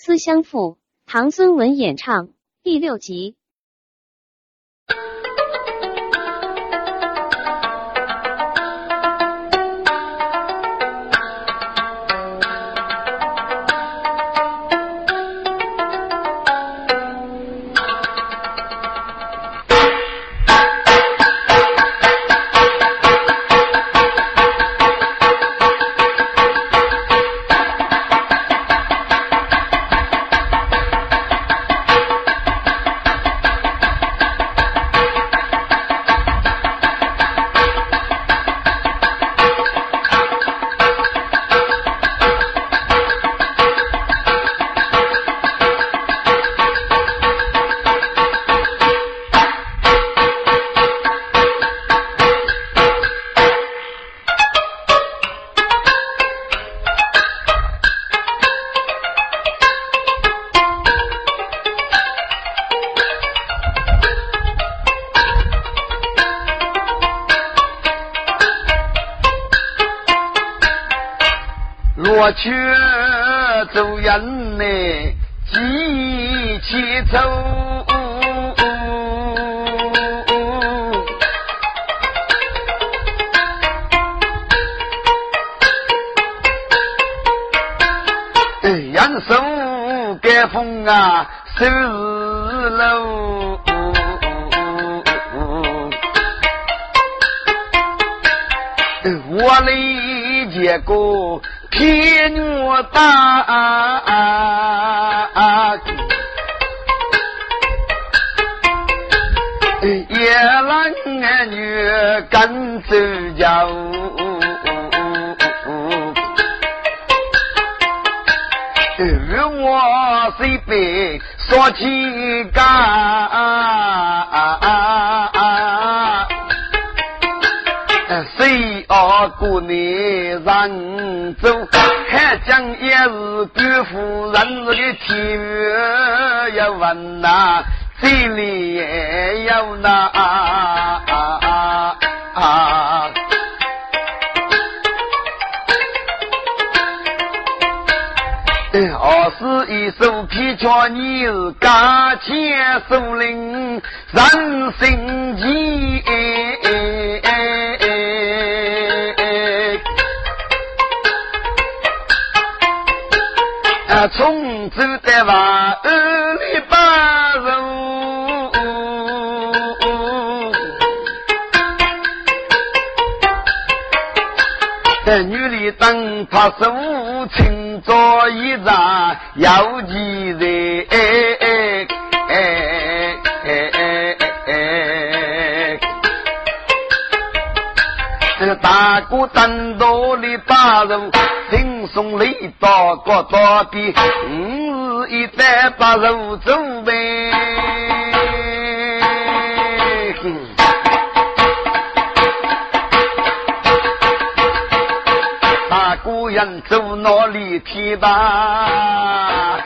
思相负，唐孙文演唱第6集。 我却走人呢，记起走。人手盖风啊，收日楼。我理解过。天我大夜郎儿女赶走家我虽被说起干谁过年让走还讲也是官夫人的体育要问呐这里也要呐是一首皮球你是嘎切首领人心机从走的话208在女里当他手请做一张要记的大鼓单独的大人轻松里到过多的一代把肉走呗大鼓人走哪里提吧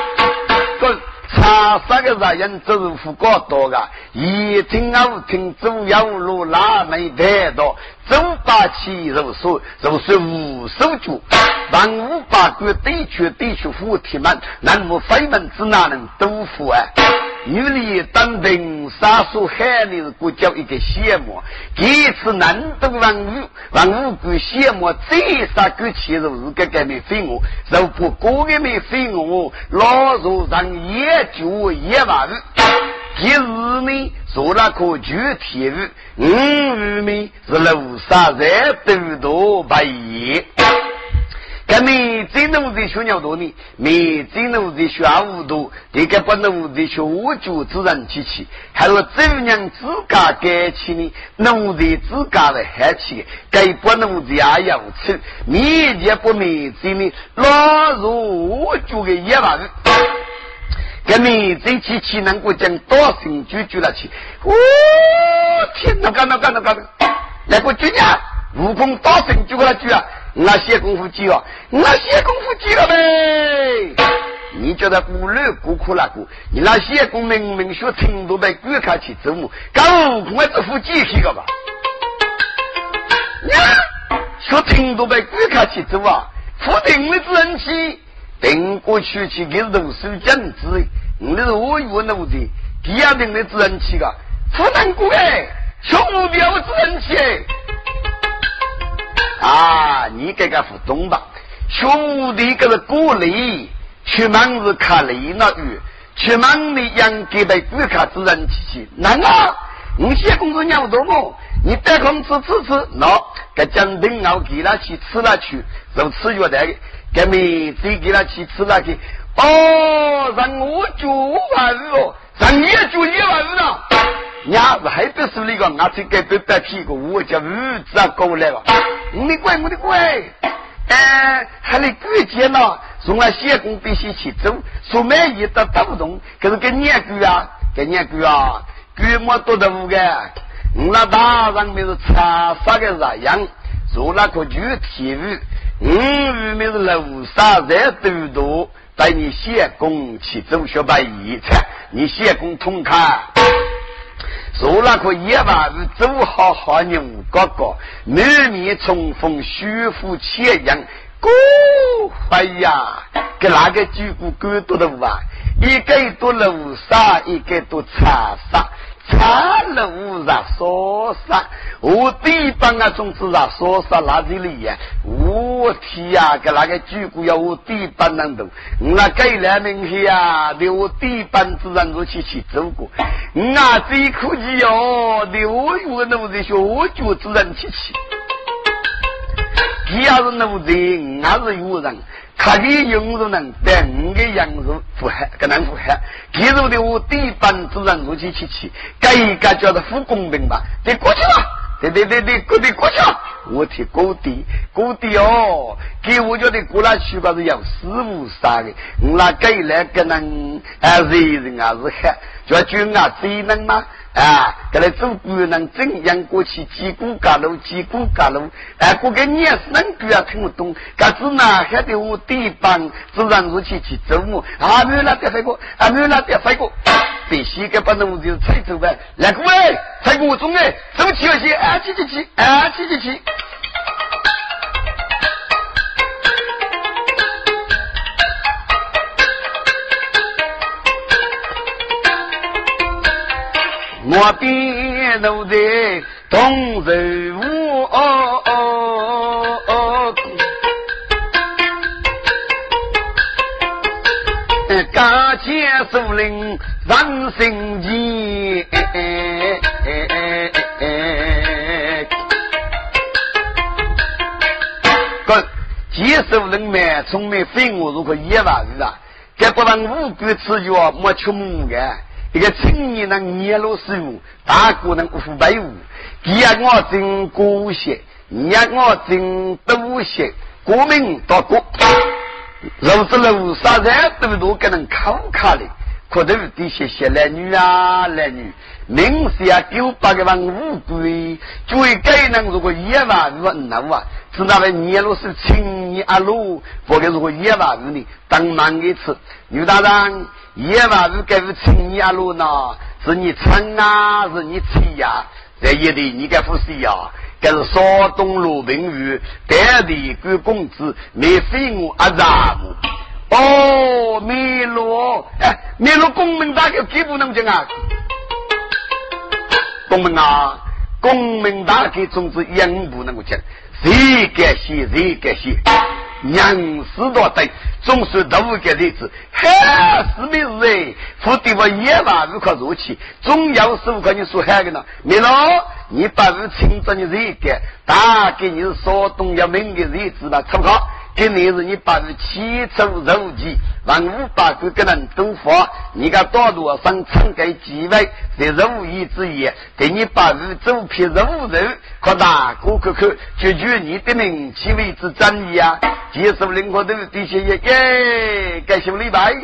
他3个人走副高多个一听好听走要路拉没太多走把起肉手无手脚万物把个地区服体们那么非门之哪能都服女里当兵杀手海里国家一个羡慕这次难得万物个羡慕这啥个起肉是个没费我肉不过个没费我老肉上也就也完今日呢做了个具体日呢是楼上在都多白夜跟你真能在学鸟多呢你真能在学5度这个不能在学5就自然机器还有这样自家改起呢能在自家的海起该不能在也要吃你也不没真呢老如5就给也完跟你这机器能够将多生居了起天哪干来个军呀悟空多生居过来居啊那些功夫机了呗你觉得无论孤苦那个你那些功明学程度被鬼开起走路刚悟空这副机器个吧学程度被鬼开起走啊福定的人气等过去给读书讲字，你是我有奴的，第二名的自然气个，不能过哎，兄弟要自然气啊！你这个不懂吧？兄弟这个鼓励，去忙是看雷那雨，去忙的养给被不看自然气，难啊！你些工作鸟多么？你别空吃，喏，给江顶熬给他去吃了去，就吃药的，给妹子给他去吃了去。哦，让我就万哦，让你也就1万5了。伢子还不是那个，俺这个白屁股，我叫日子啊过来了。我的乖，还得过节呢，从那些工必须去走，说买一打不动，可是给年龟啊，龟么多的五个。那大上面是茶啥个啥样，做那个具体语，面是楼沙在都多，带你写工去走学把一菜，你写工通看，做那个野娃子走好好牛哥哥，满面冲锋虚富切样，哎呀，给那个举骨骨多的哇，一个多楼沙，一个多茶沙。茶楼上说啥？我地方啊，总之啊，说啥哪里呀？我天呀，给那个举骨要我地方难度，那给来明天呀，对我地方自然如去走过。那最可惜哟，对我有那么学，我就自然去。第二是那么人，还是有人。他的用人能等个样子符合，跟人符合。其实的我地方自然如去，该一个叫做不公平吧？得过去了，得过去了。我提高低哦，给我觉得过来去吧是要死无杀的。那该来跟人人啊是黑，就啊谁能吗？给来走不能怎样过去几股嘎路，过个你也是能够啊听不懂，可是呢还得我地方自然如去走路，没有那点飞过，必须给把农就踩走呗，来各位踩过中哎，走起了去，我边都在东人物感谢首领让心机接受人们从没非我如何野娃子啊，这不让五个吃药没出木的一个青年能年老十五，大姑能550，第二我真高些，你我真多些，国民到国，肉质楼啥人都多可能考卡的，可都的些男女，明是啊900个万五贵，最该能如果1万5能啊，知道了年老是青年阿路，或者如果1万5呢，当满一次，女大人。1万5该是青年路呢，是你撑啊，是你吹呀，这一的你该不是呀，该是山东鲁滨鱼带的归公子没费我阿姆哦，梅罗公民大概基不能讲啊，公民大概总之也不能够讲，谁该写娘死多对，总是都个例子，是没事，否则我1万5块入去，总要15块你说还个呢？没了，你把我清着你这个，大概你是山东要名的日子吧，差不多。今年是你把我7抽肉鸡，1500个跟人都发，你个多多上称给几位，在肉一之夜，给你把我走皮肉，可大哥可就你的名气为之争议啊！接受灵活的这些也该修礼拜。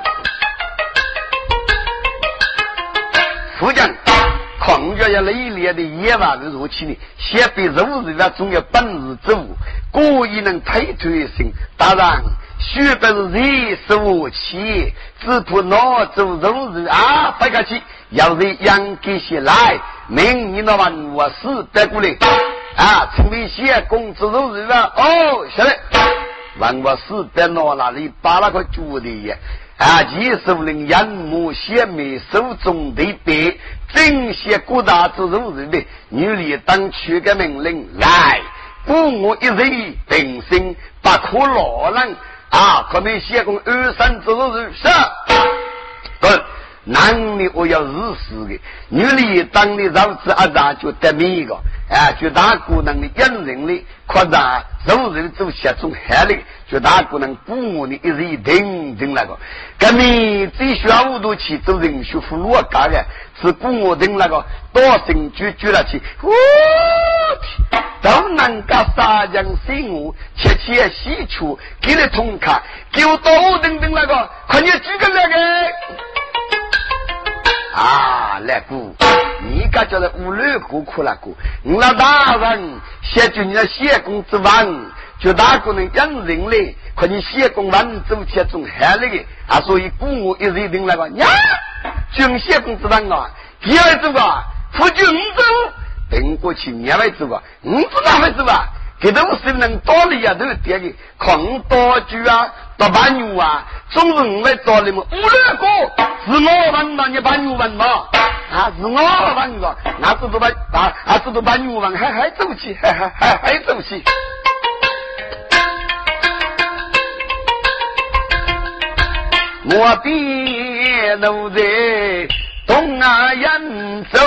副将况且要累练的野娃子入去呢，先比肉人啊总要本事走，故意能推推性。当然，学的是人是武器，只怕拿走肉人啊，不客气，要是养给些来，明年的话我是得过来啊，成为些公子肉人啊，哦，下来。 万我四百诺那里把那个主的也啊，其首领杨木写美手中的笔，正写古大之如日的女里当取个命令来，故我一人定心不可落人啊！可没写过二三之日是。对，男的我要日死的，女里当的绕子啊咋就得米个啊，就大姑娘的引人的扩大肉人走下种海里，就大姑娘父母的一日定那个，革命最需要我都去走人学府路干的，是父母定那个多生举了去，都能够杀将生我，切切细处给你通卡，给我多定那个，快点举个那个。啊，来姑，你家叫的无论苦苦了姑，我那大人写就你的写工之王，就大姑能养人嘞，可你写工完走起种海那个啊，所以姑我一日定那个呀，就写工之王啊，第二走啊，夫君走，等过去年外走啊，知道会走啊。给都是能多里啊，都是点的，狂多句啊，多把牛啊，总是我来找你们无论过，是我问嘛，你把牛问嘛，啊，是我问个，那这都把这都把牛问，还走起，还走起。我的路在东啊扬州。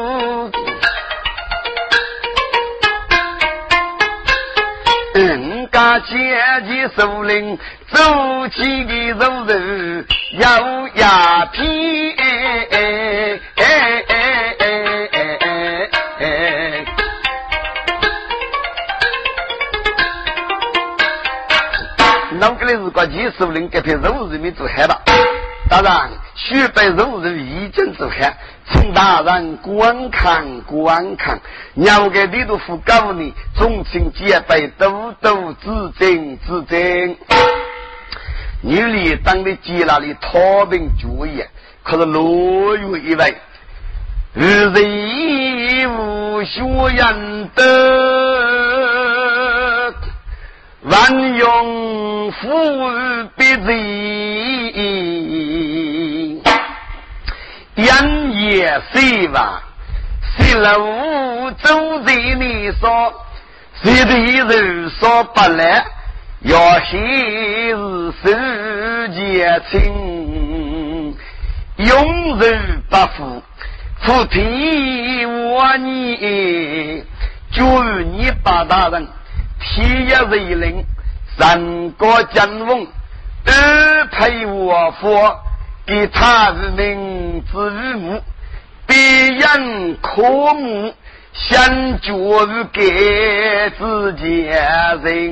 家阶级首领走起的肉肉要鸦片，那个是国际首领这片肉肉没做害吧？当然，许被肉肉已经做害。请大人观看，鸟个地都不告你，众情结拜，都自证。女里当的接那里逃兵主义，可是落于以外，日无学人得，万用富必贼。人也谁吧？谁了无周在你说，谁的人说不来，要些是世界情，永人不服，不听我你，就你八大人，天也为灵，三国将翁，二配我佛。给他的名字与母，别人科目，相觉于给自家人，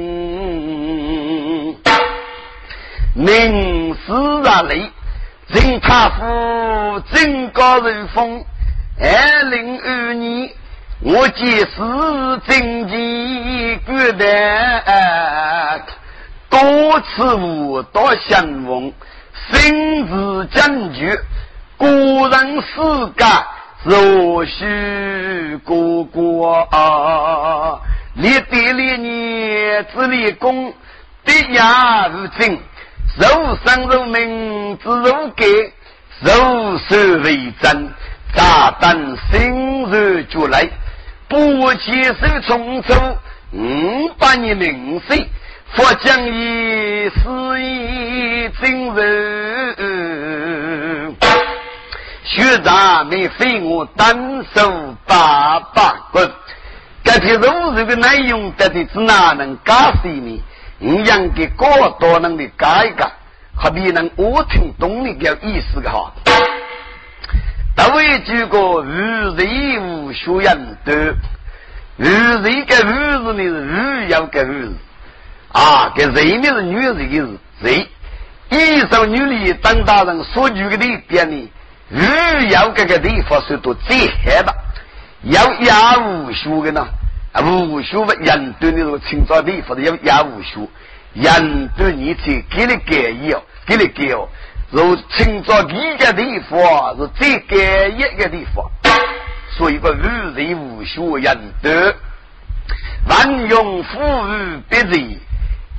名师啊雷，人他夫真高人风，2002年，我即是经济觉得多次无多相逢。生子将绝，故人世家若许故国啊！立地立业自立功，地压如今，肉身肉命之肉给，肉手为真，炸弹心如就来，不接受重奏500年名岁。佛讲以是以真人，学长没非我单手把棍，这些肉肉的内容到底是哪能告诉你？你让给过多能的改一改，何必能我听懂你个意思个哈？大卫举个日日无学人的，日日个日子呢是日要个日子。啊，给人的是女人的是谁？一手女里当大人所举的地点呢，日要这个地方是都最黑的，要压无数的呢，无数的人对那种清早地方的要压无数，人对你去给你给要，给你给哦，如清早一个地方是最给一个地方，所以个日人无数人的万用富裕别人。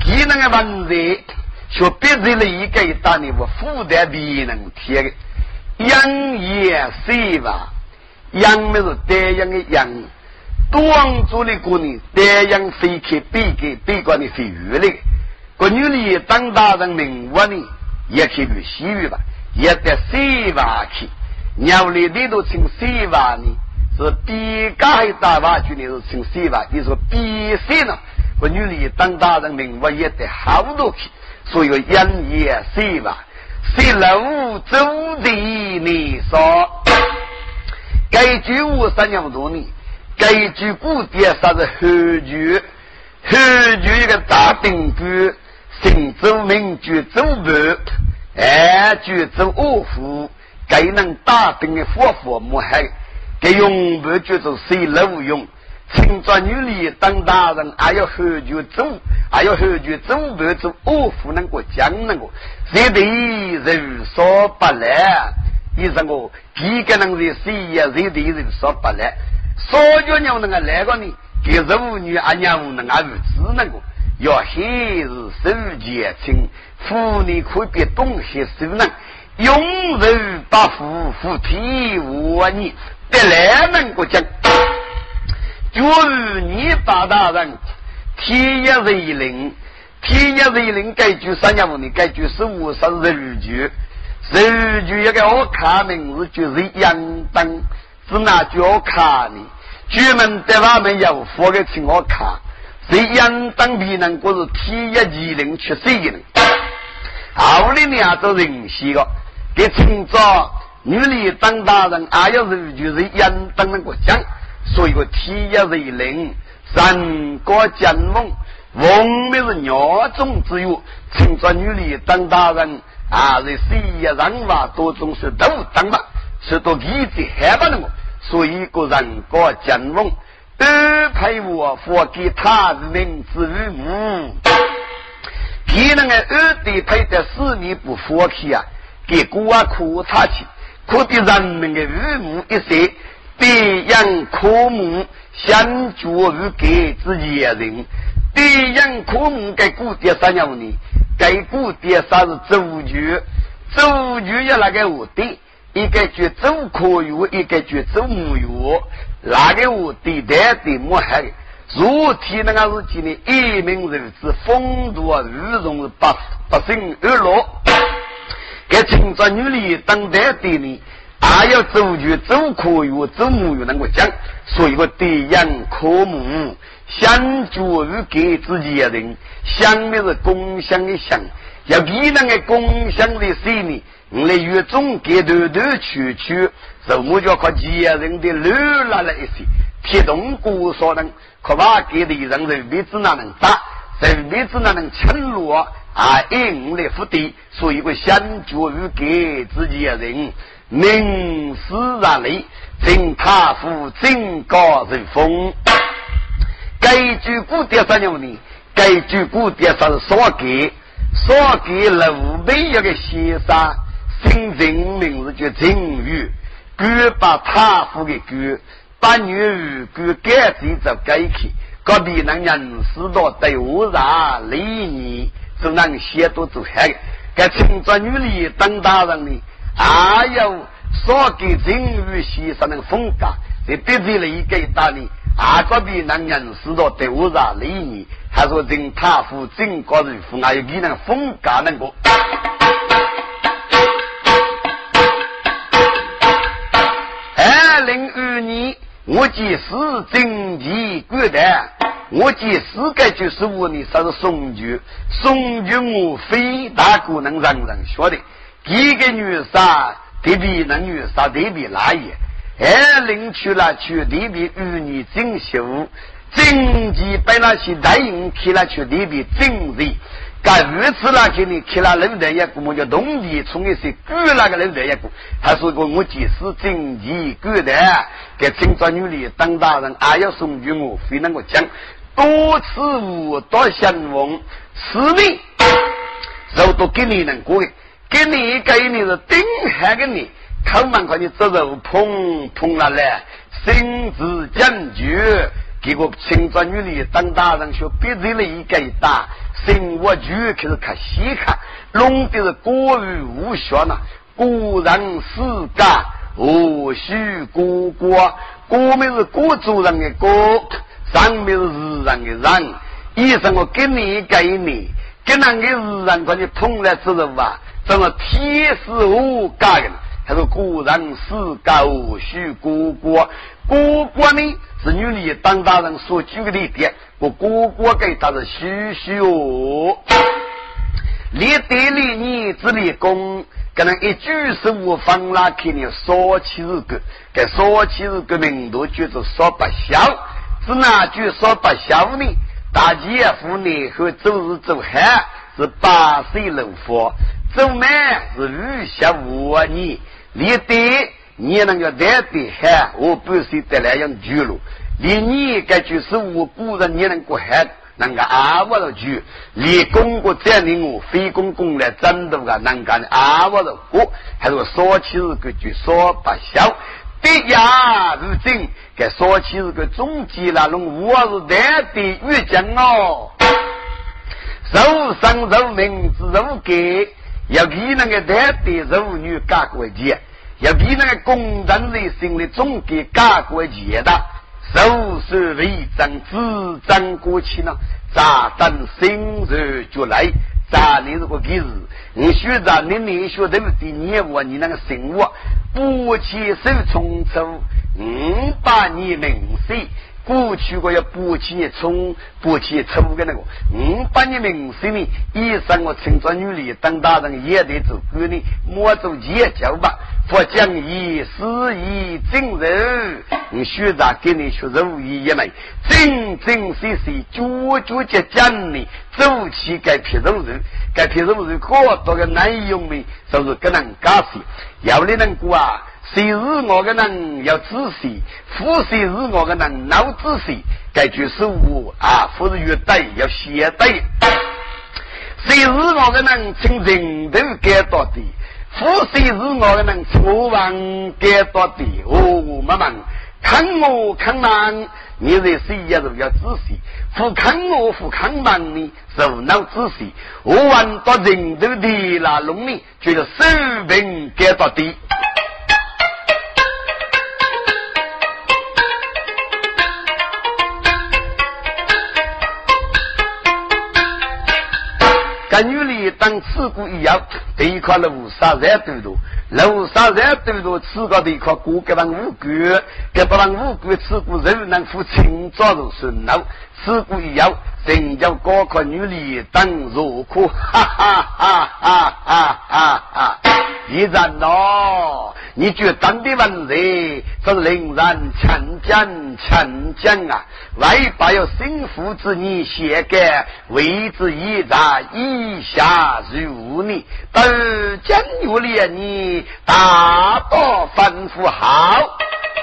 给那个文字说别人的一个当你我负担别人贴的养也是吧，养没是这样的养，多做的过呢，这样飞去比过你飞鱼的，个女里当大人民我呢也可以洗浴吧，也得洗吧去，鸟里的都请洗吧呢，是比该大吧去呢是请洗吧，你说比谁呢？个女里当大人民我也得好多去，所以养也洗吧。谁楼走的你说该句我三年多呢，该句古典啥是后句一个大定句行走名句走不句走恶夫该能大定的佛母害该用不就走谁楼用青壮女里当大人还要喝酒走不走恶夫能够讲能够谁的人说不来意思我几个人是谁呀谁的人说不来所有娘能够来个呢给人女阿娘能够只能够要黑日手节情妇女可别东西手能用人把夫体我你得来能够讲就是你把大人体也是一零该句三年五年该句15生日句一个我看名字就是阳灯是哪句我看呢居们对他们有佛的请我看谁阳灯比能过是体也20去谁人好的两种人系个给请着女里当大人还有日就是阳灯能够讲所以个体也20三个讲梦翁没是鸟种之有请着女里当大人啊是谁也让话多种是都当吧是都一直害怕的我所以个人个讲梦陪我佛给他的名字与母给那个的配的4年不佛去啊给古啊苦他去苦的人民的与母一些别样科目相助于给自己的人别样科目给古典3年5年给古典啥是周局也那个我的一个就周可有一个就周木有那个我的的莫害如体那个是今年一名人之风度啊日容百姓而落给青少女里当代的呢还要周局周可有周木有能够讲所以个对样科目相助于给自己的人相的是共享的享要比那个共享的谁呢我们越中给头去什么叫靠家人的流来了一些铁动鼓所能可把给的人人辈子哪能打人辈子哪能撑落啊因来福地所以个相助于给自己的人明思然类正他夫正高人风该句古典3年5年该句古典上所给楼每一个先生新人名字就正语举把他夫给举把女语举改自就改去隔壁能人士多对我ra礼仪就能写都做下该青壮女里当大人呢还有所给正语先生的风格这别的了一个大呢隔壁能人士多对我ra礼仪还说正他夫正高人风还有给那个风格能够2002年我即是经济国的我即是该就是我呢啥是宋局我非大姑能让人说的几个女杀对比那女杀对比哪也20去了去对比与你精修经济被那些答应去了去对比经济干如此那给你去了人的一股我就动力从一些举那个人的一股他说过我即是经济举的给青少女里当大人还要送给我非能够讲多次我多向往此命肉都给你能过给你给你的顶还给你看满快你这肉碰了嘞心智坚决给我青壮女里当大人学别人了一个一大生活就开始看细看弄的是国语无学呢古人世界无须国国国名是国主人的国上面是日人的人医生我给你给你跟那个日人把你通来之后啊怎么天时无干人他说古人世界无须国国国国呢是女里当大人所举的例点我国国给他是虚虚哦立地里你这里公可能一句是无方拉给你说起日个给说起日个名都叫做说不消是哪句说不消呢大姐夫呢和周日周海是8岁老佛周妹是雨下无你立地你能够带的海我不是得来样巨路你该就是我古人你能够海能够我的去立功过这样我非公公来战斗个能干我的国还是说起是个句说不消对呀如今该说起是个终极了弄我是带的越讲哦肉上肉名字肉给要比那个带的肉女干过节要比那个工人类心的总给干过节的手是为张自张过去呢炸弹心热就来炸你这个给日你学着你学的对你我你那个生活不起手冲抽把你名声过去我要不起你冲不起抽个那个把你名声呢医生我青春女里当大人也得走过呢摸走也叫吧佛讲义诗义正人你学着给你学肉义也没正正实实就讲你走起该皮肉人该皮肉人好多个难用的就是跟人干死要你能过啊谁是我的人要仔细夫谁是我的人脑仔细该就是我啊不是越带要写带谁是我的人清正都该到底夫谁是我的人错忘该到底哦妈妈看我看忙你这谁也都要仔细不看我不看忙你手脑仔细我玩到人都的那龙呢觉得生命该到底跟女里当刺骨一样这一块楼杀在对头楼杀在对头刺高的一块骨给帮五个给帮五个刺骨人能付清早的顺脑刺骨一样人家高考女里当入库哈哈哈哈哈哈哈一然哦你觉得当地问题这是令人强将啊外把有幸福之你写给为之一在以下如你而将有连你大多吩咐好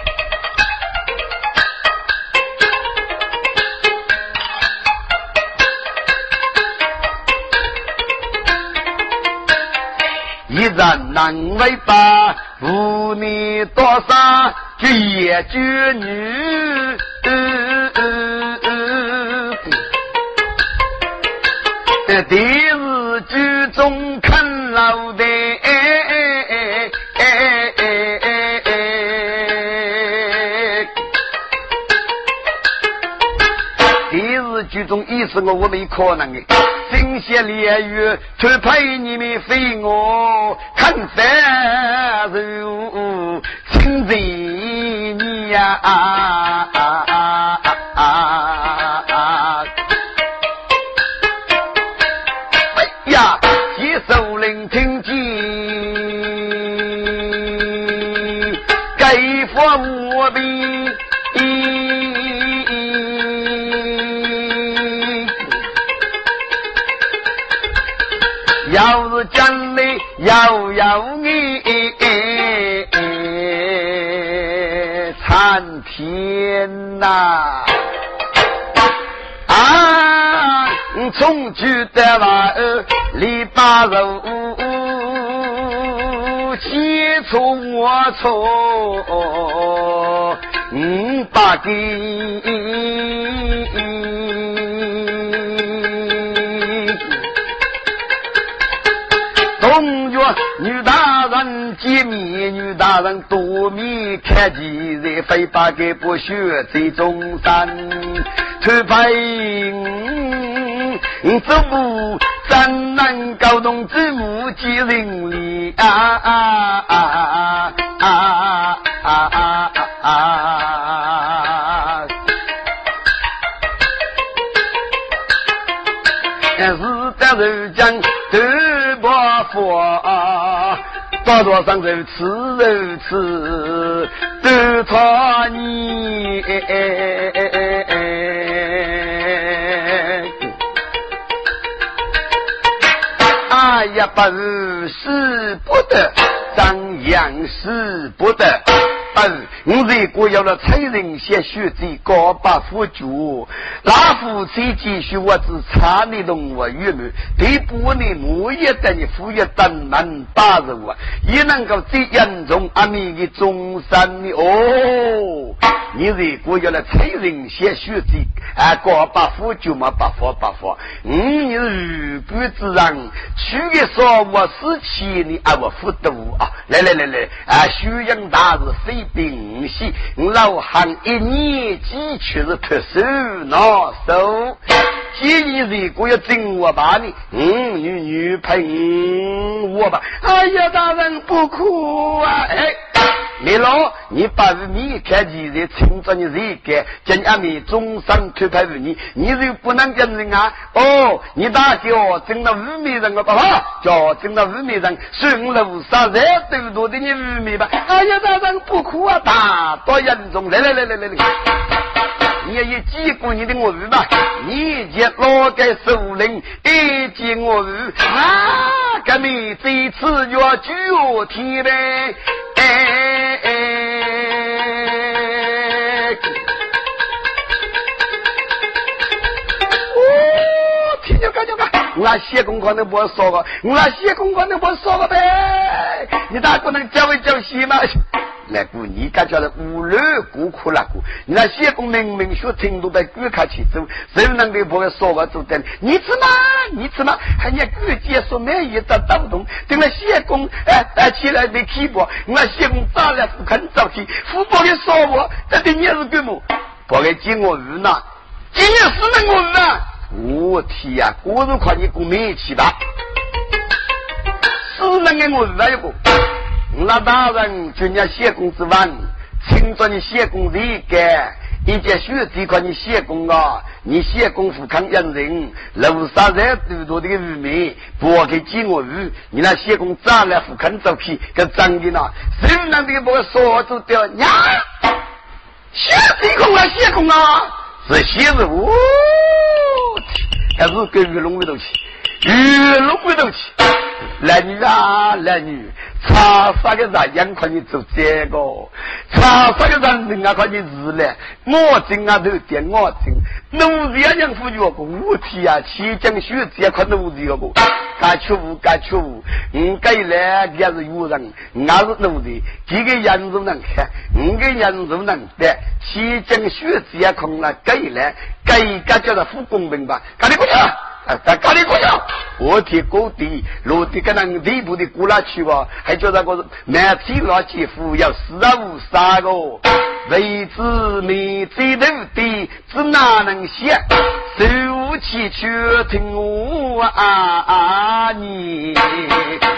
一人难为吧无你多少就也绝女第日居中看老的第日居中意思我没可能的新鲜烈雨推陪你们飞我看三如亲嘴你呀哎呀接受聆听经该佛我比要是将来要你参天呐啊从去的话篱笆肉切磋我错把给东岳女大人揭秘，女大人多米开机在非把给不学在中山推派这部咱能搞动之母及人力是的人讲得不佛多多上人吃得他你哎呀本是不得张扬是不得我这国要了才人些学这高把辅助拉夫妻继续我只差你动我郁闷对不你母也等你父也等难打着我也能够最严重阿弥的中山你哦你这国要了才人些学这高把辅助嘛把佛你如不自然去的说我死期你我辅导来虚阳大日非病系老汉一年几却是特殊拿手建议如果要整我吧你女朋我吧哎呀大人不哭你老你把你开机的称着你这个将阿米中山推派给你就不能跟人你大叫整到5米人了吧叫整到5米人顺路上热都多的你5米吧哎呀大人不哭大多严重来你也记过你的我语吧你也老给首领一记我语跟你这次要具有体呗听就干我写功课能不说个呗你大可能教戏吗来姑你感觉了无论孤苦了姑你那写功明明学听都被鬼卡起走谁能给不会说个走的你怎么还你鬼接说没一的打不动等了写功起来没起步我写功咋了不肯早起不报给说我这对你是鬼么报给进我语呢今年是能我语啊我天呀果然看你过没起吧是能给我语啊一个那大人就你写工之晚请着你写工这个一节学这块你写工你写功夫看人人楼上人最多的个愚昧不给进我语你那写工咋来不看走起跟张的呢谁能给我说就掉呀写这工写工是写着还是跟鱼龙味道起男女查啥个人眼看你做这个查啥个人看你日嘞我真都点我真奴才娘夫有个无题七将学这块奴才有个该出该来也是有人我是奴才几个人都能看5个人都能的七将学这块了该来该叫他不公平吧赶紧过去赶紧过去我提高地落地跟人地步的过来去吧还叫那个每天老几副要45个为之没最头的只哪能写手起去听我你